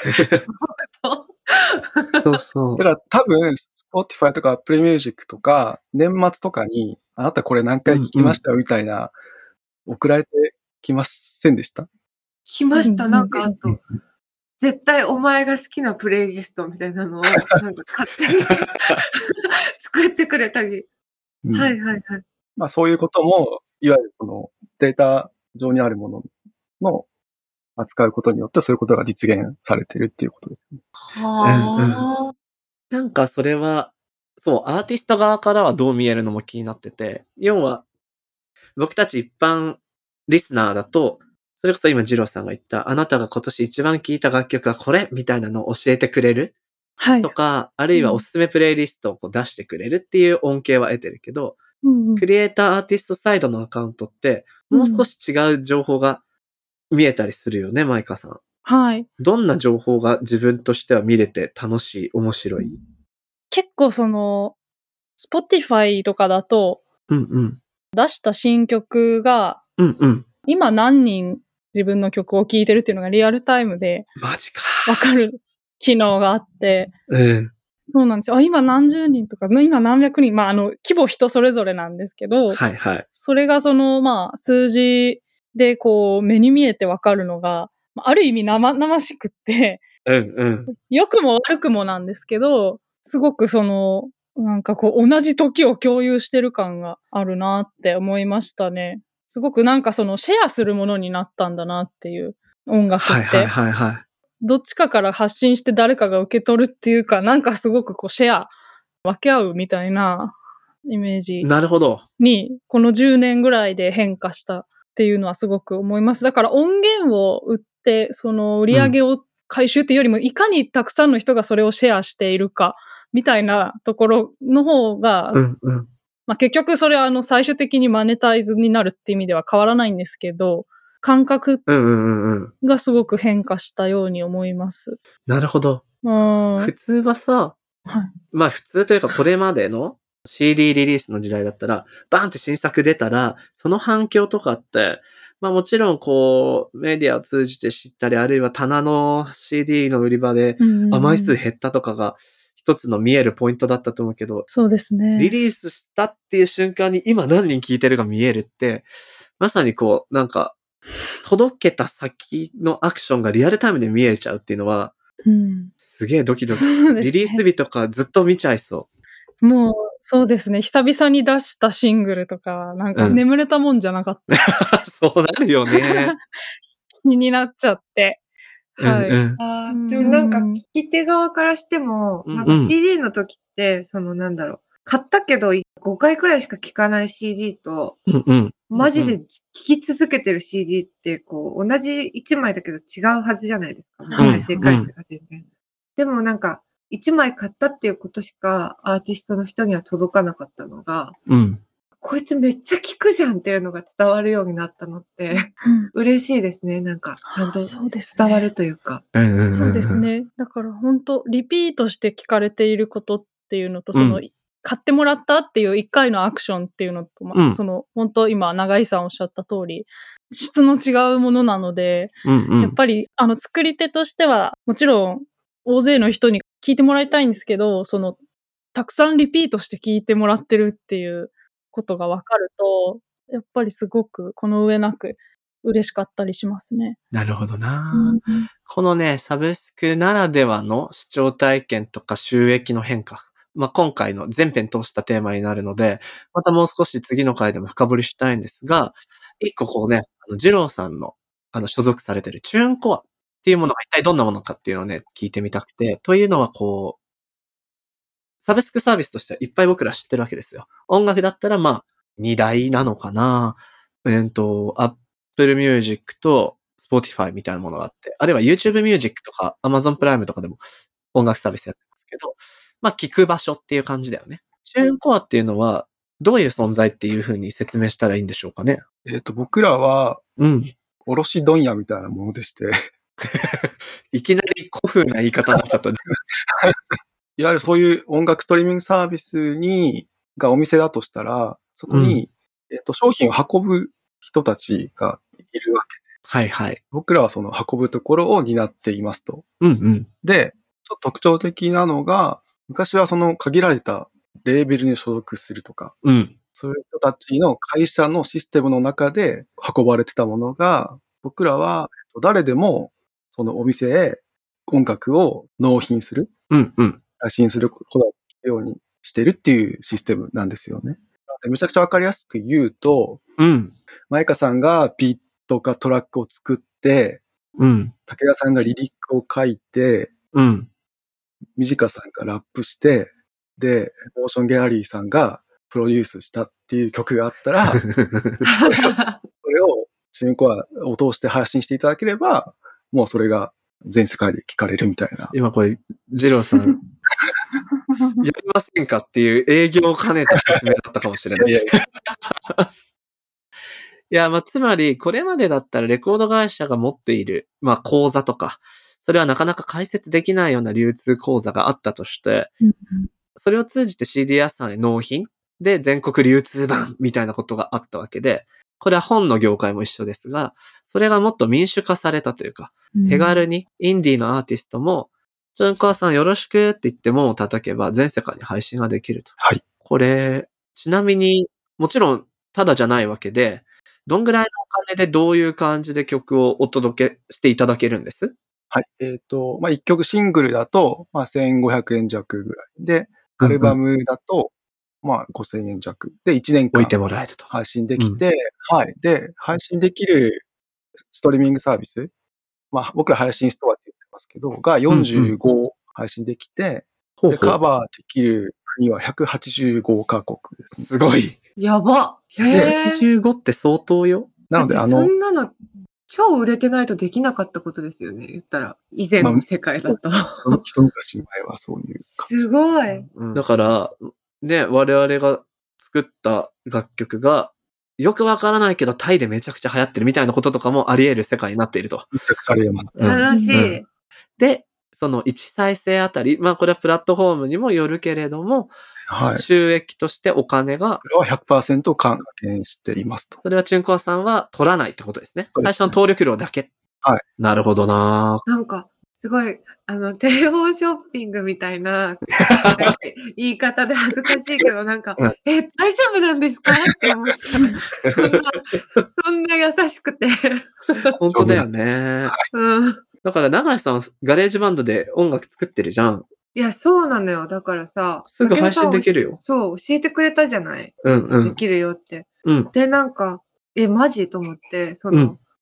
そうそう。 だから多分、Spotify とか Apple Music とか、年末とかに、あなたこれ何回聞きましたよみたいな、送られてきませんでした？ 来ました。なんかあと、絶対お前が好きなプレイリストみたいなのを、なんか勝手に作ってくれたり。 うん、 はいはいはい。 まあそういうことも、いわゆるこのデータ上にあるものの扱うことによってそういうことが実現されてるっていうことですね。 はあ、うんうん。 なんかそれは、そう、アーティスト側からはどう見えるのも気になってて、要は、僕たち一般リスナーだと、それこそ今ジローさんが言った、あなたが今年一番聴いた楽曲はこれみたいなのを教えてくれるとか、はい、あるいはおすすめプレイリストをこう出してくれるっていう恩恵は得てるけど、うんうん、クリエイターアーティストサイドのアカウントって、もう少し違う情報が見えたりするよね、マイカさん。 はい。 どんな情報が自分としては見れて楽しい、面白い？ 結構その、Spotify とかだと、 うんうん、 出した新曲が、 うんうん、 今何人自分の曲を聴いてるっていうのがリアルタイムで、 マジか。 わかる機能があって、 うん、 そうなんですよ。あ、今何十人とか、今何百人、まあ、あの、規模人それぞれなんですけど、 はいはい。 それがその、まあ、数字でこう、目に見えてわかるのが、ある意味生々しくって、 うんうん。 良くも悪くもなんですけど、すごくその、なんかこう、同じ時を共有してる感があるなって思いましたね。すごくなんかその、シェアするものになったんだなっていう、音楽って。 はいはいはいはい。 どっちかから発信して誰かが受け取るっていうか、なんかすごくこうシェア、分け合うみたいなイメージ。 なるほど。 に、このじゅうねんぐらいで変化したっていうのはすごく思います。だから音源を売って、その売り上げを回収っていうよりも、いかにたくさんの人がそれをシェアしているか、みたいなところの方が、 うんうん、 まあ結局それはあの最終的にマネタイズになるっていう意味では変わらないんですけど、感覚がすごく変化したように思います。 なるほど。普通はさ、はい、まあ普通というかこれまでの シーディー リリースの時代だったら、バーンって新作出たら、その反響とかって、まあもちろんこう、メディアを通じて知ったり、あるいは棚の シーディー の売り場で枚数減ったとかが一つの見えるポイントだったと思うけど、 そうですね。 リリースしたっていう瞬間に今何人聞いてるか見えるって、まさにこう、なんか、届けた先のアクションがリアルタイムで見えちゃうっていうのは、うん、すげえドキドキ。ね、リリース日とかずっと見ちゃいそう。 もう、そうですね。久々に出したシングルとか、なんか眠れたもんじゃなかった。 うん、そうなるよね。 気になっちゃって。 はい。 うんうん。 あーでもなんか聞き手側からしても、 うんなんか シーディー の時って、そのなんだろう、買ったけどごかいくらいしか聞かない シーディー と、 うんうん。 マジで聞き続けてる シーディー って、こう、同じいちまいだけど違うはずじゃないですか。もうはい再生回数が全然。でもなんか、いちまい買ったっていうことしかアーティストの人には届かなかったのが、 うん。 こいつめっちゃ聞くじゃんっていうのが伝わるようになったのって、 うん嬉しいですね。なんか、ちゃんとそうですね伝わるというか。 うんうんうん。 そうです。ね。だから本当リピートして聞かれていることっていうのと、その、 うん買ってもらったっていういっかいのアクションっていうのと、まうんその、本当今、永井さんおっしゃった通り、質の違うものなので、 うんうん。 やっぱり、あの、作り手としては、もちろん、大勢の人に聞いてもらいたいんですけど、その、たくさんリピートして聞いてもらってるっていうことが分かると、やっぱりすごくこの上なく嬉しかったりしますね。 なるほどな、 うんこのね、サブスクならではの視聴体験とか収益の変化。まあ、今回の全編通したテーマになるので、またもう少し次の回でも深掘りしたいんですが、一個こうね、あの、ジローさんの、あの、所属されてるチューンコアっていうものが一体どんなものかっていうのをね、聞いてみたくて、というのはこう、サブスクサービスとしてはいっぱい僕ら知ってるわけですよ。音楽だったらまあ、二大なのかな。えっと、Apple Music と Spotify みたいなものがあって、あるいは YouTube Music とか Amazon プライムとかでも音楽サービスやってますけど、まあ聞く場所っていう感じだよね。チューンコアっていうのは、どういう存在っていう風に説明したらいいんでしょうかね。 えっと、僕らは、 うん。 卸問屋みたいなものでして、 いきなり古風な言い方になっちゃった。 いわゆるそういう音楽ストリーミングサービスに、がお店だとしたら、そこに、えっと、商品を運ぶ人たちがいるわけで、 はいはい。 僕らはその運ぶところを担っていますと。 うんうん。 で、ちょっと特徴的なのが、昔はその限られたレーベルに所属するとか、 うん。 そういう人たちの会社のシステムの中で運ばれてたものが、僕らは誰でもそのお店へ音楽を納品する、 うんうん。 配信することができるようにしてるっていうシステムなんですよね。めちゃくちゃわかりやすく言うと、 うん。 マイカさんがビートかトラックを作って、 うん。 武田さんがリリックを書いて、 うん。 ミジカさんがラップして、で、モーションギャラリーさんがプロデュースしたっていう曲があったら、それをチューンコアを通して配信していただければ、もうそれが全世界で聞かれるみたいな。 今これ、ジローさん、やりませんかっていう営業を兼ねた説明だったかもしれない。いやいや、いやまあ、つまり、これまでだったらレコード会社が持っている、まあ、口座とか、それはなかなか解説できないような流通口座があったとして、 うんそれを通じて シーディー 屋さんへ納品で全国流通版みたいなことがあったわけで、これは本の業界も一緒ですが、それがもっと民主化されたというか、手軽にインディーのアーティストも、チューンコアさんよろしくって言って門を叩けば全世界に配信ができると。 はい。 これ、ちなみに、もちろんただじゃないわけで、どんぐらいのお金でどういう感じで曲をお届けしていただけるんです？ はい。えっと、まあ、一曲シングルだと、まあ、せんごひゃくえん弱ぐらいで、アルバムだと、まあ、ごせんえん弱でいちねんかん置いてもらえると。 配信できて、はい。で、配信できるストリーミングサービス、まあ、僕ら配信ストアって言ってますけど、がよんじゅうご配信できて、 ほうほうでカバーできる国はひゃくはちじゅうごカ国ですね。 すごい。 やば。へひゃくはちじえ。 ゅうごって相当よ。 なので、 だってそあの、 んなの超売れてないとできなかったことですよね。言ったら、以前の世界だと。 一昔前はそういう感じ。 すごい。 だから、ね、我々が作った楽曲が、よくわからないけど、タイでめちゃくちゃ流行ってるみたいなこととかもあり得る世界になっていると。 めちゃくちゃありえます。 うん楽しい。 うんで、そのいち再生あたり、まあこれはプラットフォームにもよるけれども、 はい。 収益としてお金が、 これは ひゃくパーセント 還元していますと。 それはチュンコアさんは取らないってことですね。 そうですね最初の登録料だけ。 はい。 なるほどななんか、すごい、あの、テレフォンショッピングみたいな言い方で恥ずかしいけど、なんか、 うんえ、大丈夫なんですかって思っちゃう。そんな、そんな優しくて。 本当だよね。 うん。 だから長井さん、ガレージバンドで音楽作ってるじゃん。 いや、そうなのよ。だからさ、 すぐ配信できるよ武田さんそう、教えてくれたじゃない。 うんうん。 できるよって。 うん。 で、なんか、え、マジと思って、その、 うん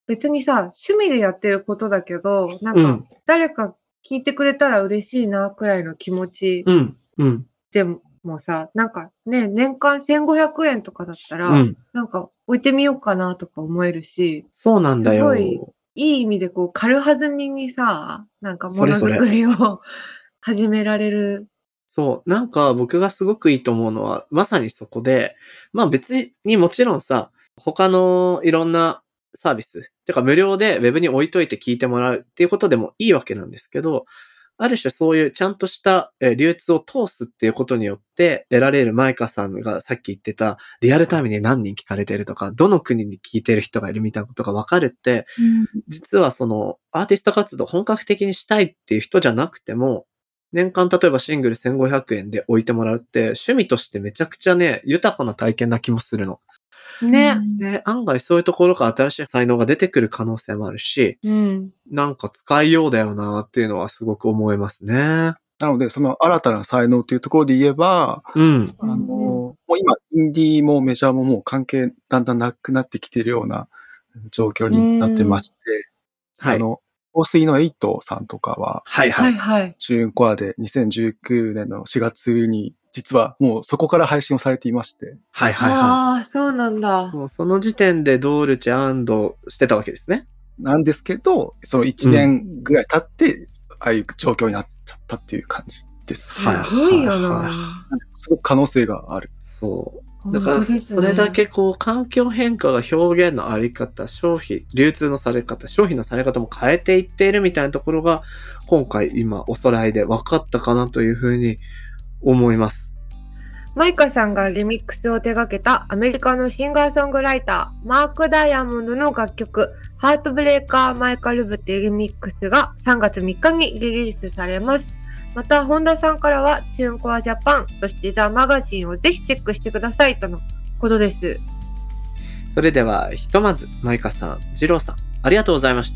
別にさ、趣味でやってることだけど、なんか、誰か聞いてくれたら嬉しいな、くらいの気持ち。うん。うん。でもさ、なんかね、年間せんごひゃくえんとかだったら、うん、なんか置いてみようかなとか思えるし。 そうなんだよ。 すごい、いい意味でこう、軽はずみにさ、なんかものづくりを始められる。 そう。なんか僕がすごくいいと思うのは、まさにそこで、まあ別にもちろんさ、他のいろんなサービス、てか無料でウェブに置いといて聞いてもらうっていうことでもいいわけなんですけど、ある種そういうちゃんとした流通を通すっていうことによって得られるマイカさんがさっき言ってたリアルタイムに何人聞かれてるとか、どの国に聞いてる人がいるみたいなことが分かるって、うん、実はそのアーティスト活動本格的にしたいっていう人じゃなくても、年間例えばシングルせんごひゃくえんで置いてもらうって趣味としてめちゃくちゃね、豊かな体験な気もするの。ね。で、案外そういうところから新しい才能が出てくる可能性もあるし、うん、なんか使いようだよなっていうのはすごく思いますね。なので、その新たな才能っていうところで言えば、うん、あの、もう今、インディーもメジャーももう関係だんだんなくなってきているような状況になってまして、はい、あの、香水のエイトさんとかは、はいはいはい。チューンコアでにせんじゅうきゅうねんのしがつに、実はもうそこから配信をされていまして。 はいはいはい。ああ、そうなんだ。 もうその時点でドールチェ&してたわけですね。 なんですけど、そのいちねんぐらい経って、うん、ああいう状況になっちゃったっていう感じです。 すごいよな。 すごく可能性がある。 そう。だから、それだけこう、環境変化が表現のあり方、消費、流通のされ方、商品のされ方も変えていっているみたいなところが、今回今おさらいで分かったかなというふうに思います。 マイカさんがリミックスを手掛けたアメリカのシンガーソングライター、マーク・ダイヤモンドの楽曲、ハートブレーカー・マイカ・ルブっていうリミックスがさんがつみっかにリリースされます。また、本田さんからは、チューンコアジャパン、そしてザ・マガジンをぜひチェックしてくださいとのことです。 それでは、ひとまず、マイカさん、ジローさん、ありがとうございました。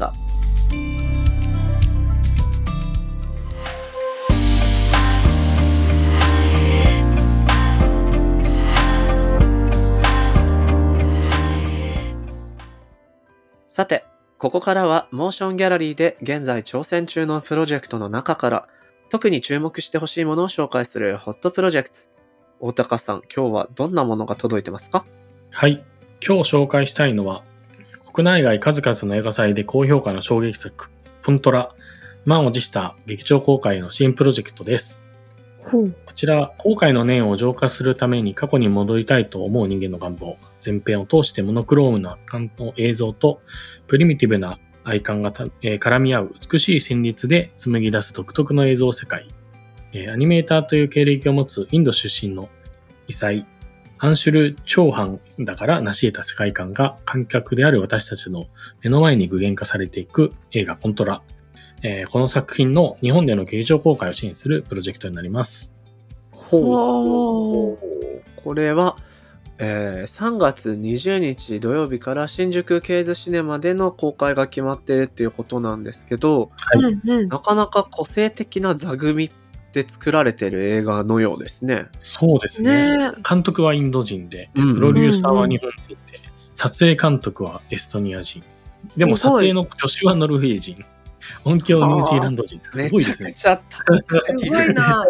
さて、ここからは、モーションギャラリーで現在挑戦中のプロジェクトの中から、特に注目してほしいものを紹介するホットプロジェクト。大高さん、今日はどんなものが届いてますか？ はい。今日紹介したいのは、国内外数々の映画祭で高評価の衝撃作、フォントラ、満を持した劇場公開の新プロジェクトです。こちら、後悔の念を浄化するために過去に戻りたいと思う人間の願望、前編を通してモノクロームな感の映像とプリミティブな愛感が、えー、絡み合う美しい旋律で紡ぎ出す独特の映像世界、えー、アニメーターという経歴を持つインド出身の異彩アンシュル・チョーハンだから成し得た世界観が観客である私たちの目の前に具現化されていく映画コントラ、えー、この作品の日本での劇場公開を支援するプロジェクトになります。 ほう。これはえー、さんがつにじゅうにち土曜日から新宿ケイズシネマでの公開が決まっているっていうことなんですけど、はい、なかなか個性的な座組で作られている映画のようですね。 そうですね。ね、監督はインド人で、プロデューサーは日本人で、うんうん、撮影監督はエストニア人。でも撮影の助手はノルウェー人。音響ニュージーランド人。すごいですね。めちゃくちゃすごいな。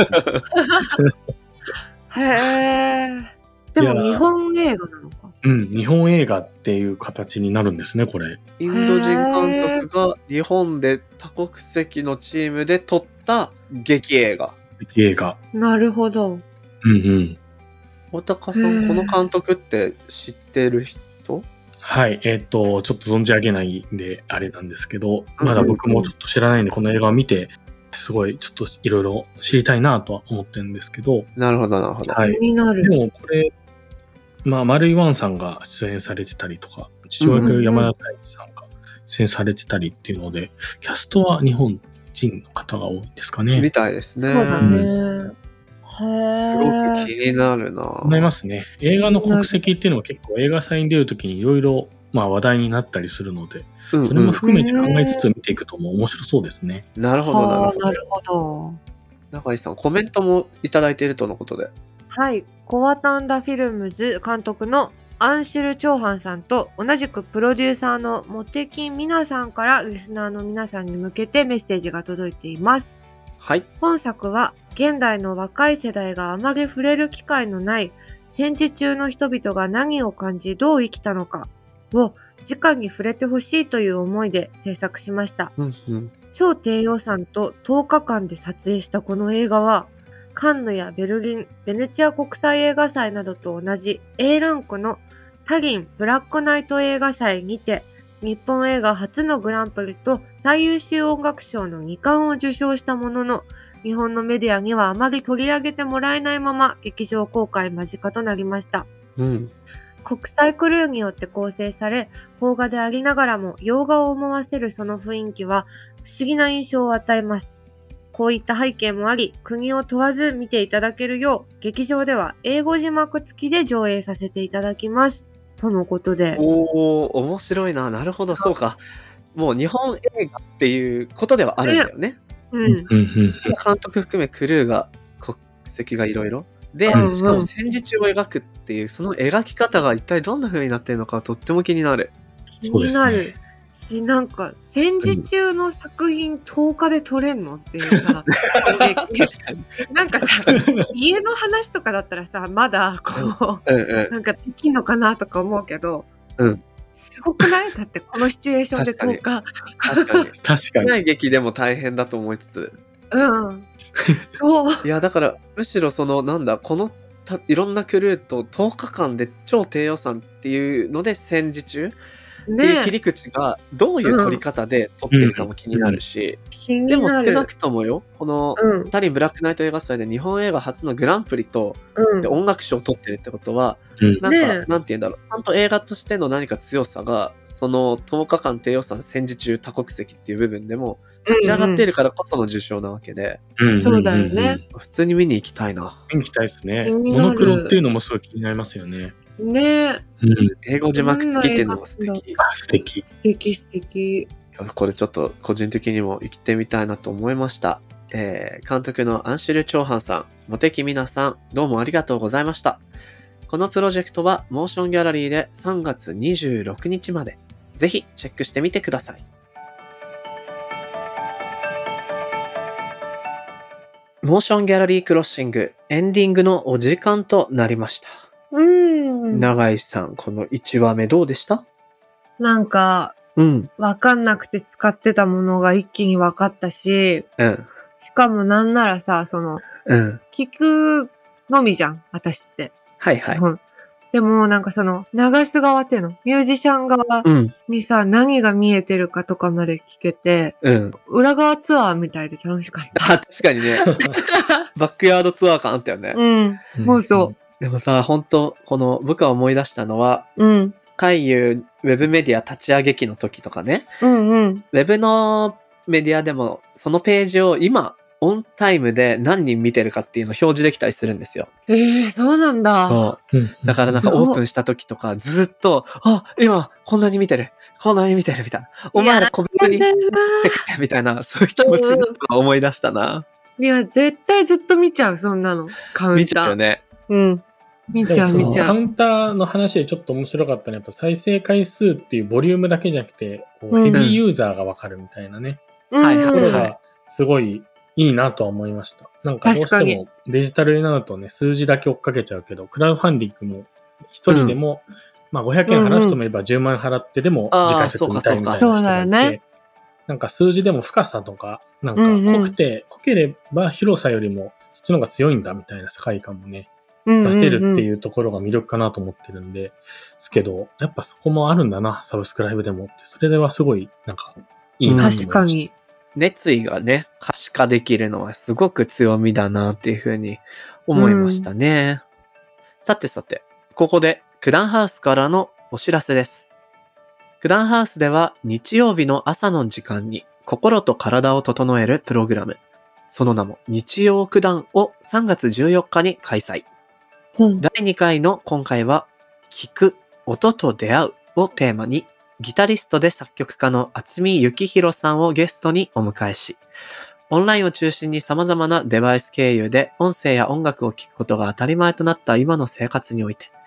へー。でも日本映画なのか。 うん、日本映画っていう形になるんですね、これ。 インド人監督が日本で多国籍のチームで撮った劇映画。 劇映画。 なるほど。 うんうん。 大高さん、この監督って知ってる人？ はい、えっと、ちょっと存じ上げないんで、あれなんですけど、まだ僕もちょっと知らないんで、この映画を見て、すごいちょっといろいろ知りたいなとは思ってるんですけど。 なるほど、なるほど。 はい。 気になる。 でもこれ、まあ、丸井ワンさんが出演されてたりとか、父親役山田太一さんが出演されてたりっていうので、うんうん、キャストは日本人の方が多いんですかね。 みたいですね。 そうだね。へすごく気になるな。 思いますね。映画の国籍っていうのは結構映画祭に出るときにいろいろ話題になったりするので、うんうん、それも含めて考えつつ見ていくとも面白そうですね。 なるほど、なるほど。 なるほど。 中井さん、コメントもいただいているとのことで。 はい。コアタンダフィルムズ監督のアンシュル・チョーハンさんと同じくプロデューサーのモテキミナさんからリスナーの皆さんに向けてメッセージが届いています。 はい。 本作は現代の若い世代があまり触れる機会のない戦時中の人々が何を感じどう生きたのかを直に触れてほしいという思いで制作しました。 うんうん、 超低予算ととおかかんで撮影したこの映画はカンヌやベルリン、ベネチア国際映画祭などと同じ A ランクのタリンブラックナイト映画祭にて日本映画初のグランプリと最優秀音楽賞のにかんを受賞したものの、日本のメディアにはあまり取り上げてもらえないまま劇場公開間近となりました。 うん、 国際クルーによって構成され、邦画でありながらも洋画を思わせるその雰囲気は不思議な印象を与えます。こういった背景もあり、国を問わず見ていただけるよう、劇場では英語字幕付きで上映させていただきます。とのことで。 おー、面白いな。なるほど、そうか。もう日本映画っていうことではあるんだよね。 うん。 監督含めクルーが、国籍がいろいろ。で、 うんうん、 しかも戦時中を描くっていう、その描き方が一体どんな風になってるのかとっても気になる。 気になる。し、なんか、戦時中の作品とおかで撮れんのっていうさ、なんかさ、家の話とかだったらさ、まだこう、うんうん、なんかできんのかなとか思うけど、 うん、 すごくない？だってこのシチュエーションでとおか。 確かに。確かに。 確かに。 ない劇でも大変だと思いつつ。 うん。 いや、だから、むしろその、なんだ、このたいろんなクルーととおかかんで超低予算っていうので戦時中っていう切り口がどういう撮り方で撮ってるかも気になるし、 うん、 でも少なくともよ、この、 うん、 タリンブラックナイト映画祭で日本映画初のグランプリと、 うん、 で音楽賞を取ってるってことは、うん、なんか、ね、なんて言うんだろう、ちゃんと映画としての何か強さがそのとおかかん低予算戦時中多国籍っていう部分でも立ち上がっているからこその受賞なわけで、 うんうん、そうだよね。 普通に見に行きたいな。 見に行きたいですね。モノクロっていうのもすごい気になりますよね。 ねえ、 うん、 英語字幕付きっていうのも素敵。 あ、素敵。 素敵素敵。 これちょっと個人的にも行ってみたいなと思いました。えー、監督のアンシュル・チョーハンさん、モテキミナさん、どうもありがとうございました。このプロジェクトはモーションギャラリーでさんがつにじゅうろくにちまで、ぜひチェックしてみてください。モーションギャラリークロッシングエンディングのお時間となりました。 うん。 永井さん、このいちわめどうでした？ なんか、 うん。 わかんなくて使ってたものが一気にわかったし、 うん。 しかもなんならさ、その、 うん。 聞くのみじゃん、私って。 はいはい。 でもなんかその、流す側っていうの、ミュージシャン側にさ、うん、何が見えてるかとかまで聞けて、 うん。 裏側ツアーみたいで楽しかった。 あ、確かにね。バックヤードツアー感あったよね。 うん。そうそう。 でもさ、本当この、僕が思い出したのは、 うん。 海遊ウェブメディア立ち上げ期の時とかね。 うんうん。 ウェブのメディアでも、そのページを今、オンタイムで何人見てるかっていうのを表示できたりするんですよ。 ええー、そうなんだ。 そう。だからなんかオープンした時とかずっと、あ、今こんなに見てる。こんなに見てるみたいな。お前ら個別に見てくれみたいな、そういう気持ちに思い出したな。 いや、絶対ずっと見ちゃう、そんなの。カウンター。 見ちゃうよね。 うん。見ちゃう、見ちゃう。 カウンターの話でちょっと面白かったのは、やっぱ再生回数っていうボリュームだけじゃなくて、こうヘビーユーザーがわかるみたいなね。 うん、 はい、ところがすごいいいなとは思いました。なんかどうしてもデジタルになるとね、数字だけ追っかけちゃうけど、クラウドファンディングも一人でも、うん、まあごひゃくえん払う人もいればじゅうまんえん払ってでも次回作見たいみたいな人がいて、 そうだよね。 なんか数字でも深さとか、なんか濃くて、うんうん、濃ければ広さよりもそっちの方が強いんだみたいな世界観もね、出せるっていうところが魅力かなと思ってるんで、ですけど、やっぱそこもあるんだな、サブスクライブでもって、それではすごい、なんか、いいなと思いました。 確かに。 熱意がね、可視化できるのはすごく強みだなっていうふうに思いましたね。うん、さてさて、ここで、九段ハウスからのお知らせです。九段ハウスでは日曜日の朝の時間に心と体を整えるプログラム、その名も日曜九段をさんがつじゅうよっかに開催。うん、だいにかいの今回は、聞く、音と出会うをテーマに、ギタリストで作曲家の渥美幸宏さんをゲストにお迎えし、オンラインを中心に様々なデバイス経由で音声や音楽を聴くことが当たり前となった今の生活において、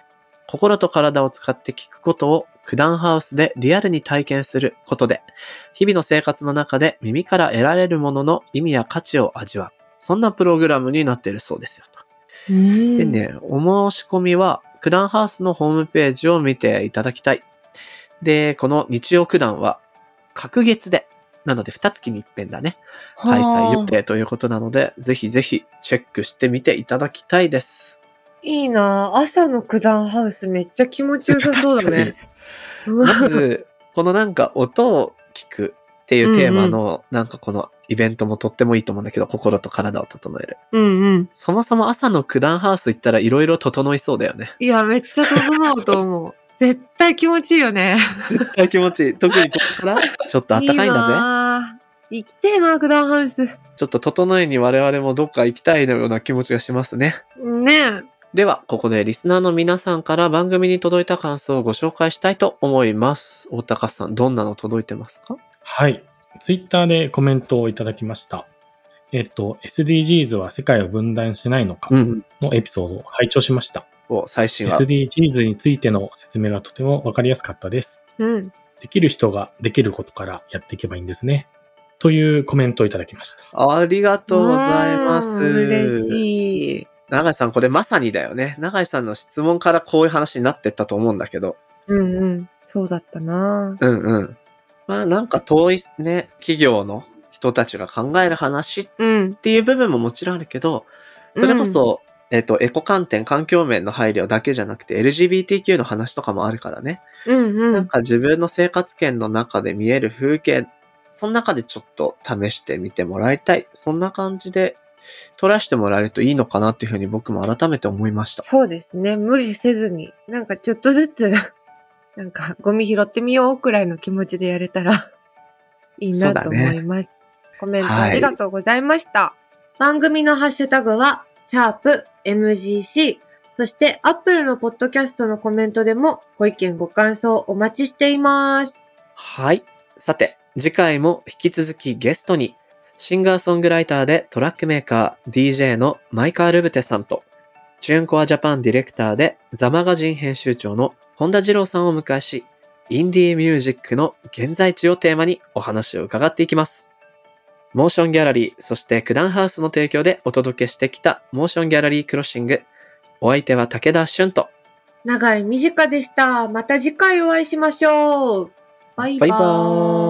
心と体を使って聞くことを九段ハウスでリアルに体験することで、日々の生活の中で耳から得られるものの意味や価値を味わう。そんなプログラムになっているそうですよと。でね、お申し込みは九段ハウスのホームページを見ていただきたい。で、この日曜九段は隔月で、なので二月に一遍だね、開催予定ということなので、ぜひぜひチェックしてみていただきたいです。 いいなぁ。朝の九段ハウスめっちゃ気持ちよさそうだね。 まず、このなんか音を聞くっていうテーマの、うんうん、なんかこのイベントもとってもいいと思うんだけど、心と体を整える。 うんうん。 そもそも朝の九段ハウス行ったらいろいろ整いそうだよね。 いや、めっちゃ整うと思う。絶対気持ちいいよね。 絶対気持ちいい。特にここからちょっと暖かいんだぜ。 いい行きてえな、九段ハウス。 ちょっと整えに我々もどっか行きたいような気持ちがしますね。 ねえ。 では、ここでリスナーの皆さんから番組に届いた感想をご紹介したいと思います。大高さん、どんなの届いてますか？ はい。ツイッターでコメントをいただきました。えっと、エスディージーズ は世界を分断しないのかのエピソードを拝聴しました。 うん、お、最新話。 エスディージーズ についての説明がとてもわかりやすかったです。 うん。 できる人ができることからやっていけばいいんですね。というコメントをいただきました。 ありがとうございます。 嬉しい。 永井さん、これまさにだよね。永井さんの質問からこういう話になってったと思うんだけど。 うんうん。そうだったな。 うんうん。まあなんか遠いね、企業の人たちが考える話っていう部分ももちろんあるけど、うん、それこそ、えっと、エコ観点、環境面の配慮だけじゃなくて エルジービーティーキュー の話とかもあるからね。 うんうん。 なんか自分の生活圏の中で見える風景、その中でちょっと試してみてもらいたい。そんな感じで取らせてもらえるといいのかなっていうふうに僕も改めて思いました。 そうですね。無理せずに、なんかちょっとずつ、なんかゴミ拾ってみようくらいの気持ちでやれたらいいなと思います。ね、コメントありがとうございました。はい、番組のハッシュタグは、シャープ エムジーシー、そして Apple のポッドキャストのコメントでもご意見ご感想お待ちしています。 はい。さて、次回も引き続きゲストに、シンガーソングライターでトラックメーカー ディージェー のマイカー・ルブテさんと、チューンコアジャパンディレクターでザマガジン編集長の本田二郎さんを迎えし、インディーミュージックの現在地をテーマにお話を伺っていきます。モーションギャラリー、そして九段ハウスの提供でお届けしてきたモーションギャラリークロッシング。お相手は武田俊と長井美智香でした。また次回お会いしましょう。バイバーイ。バイバーイ。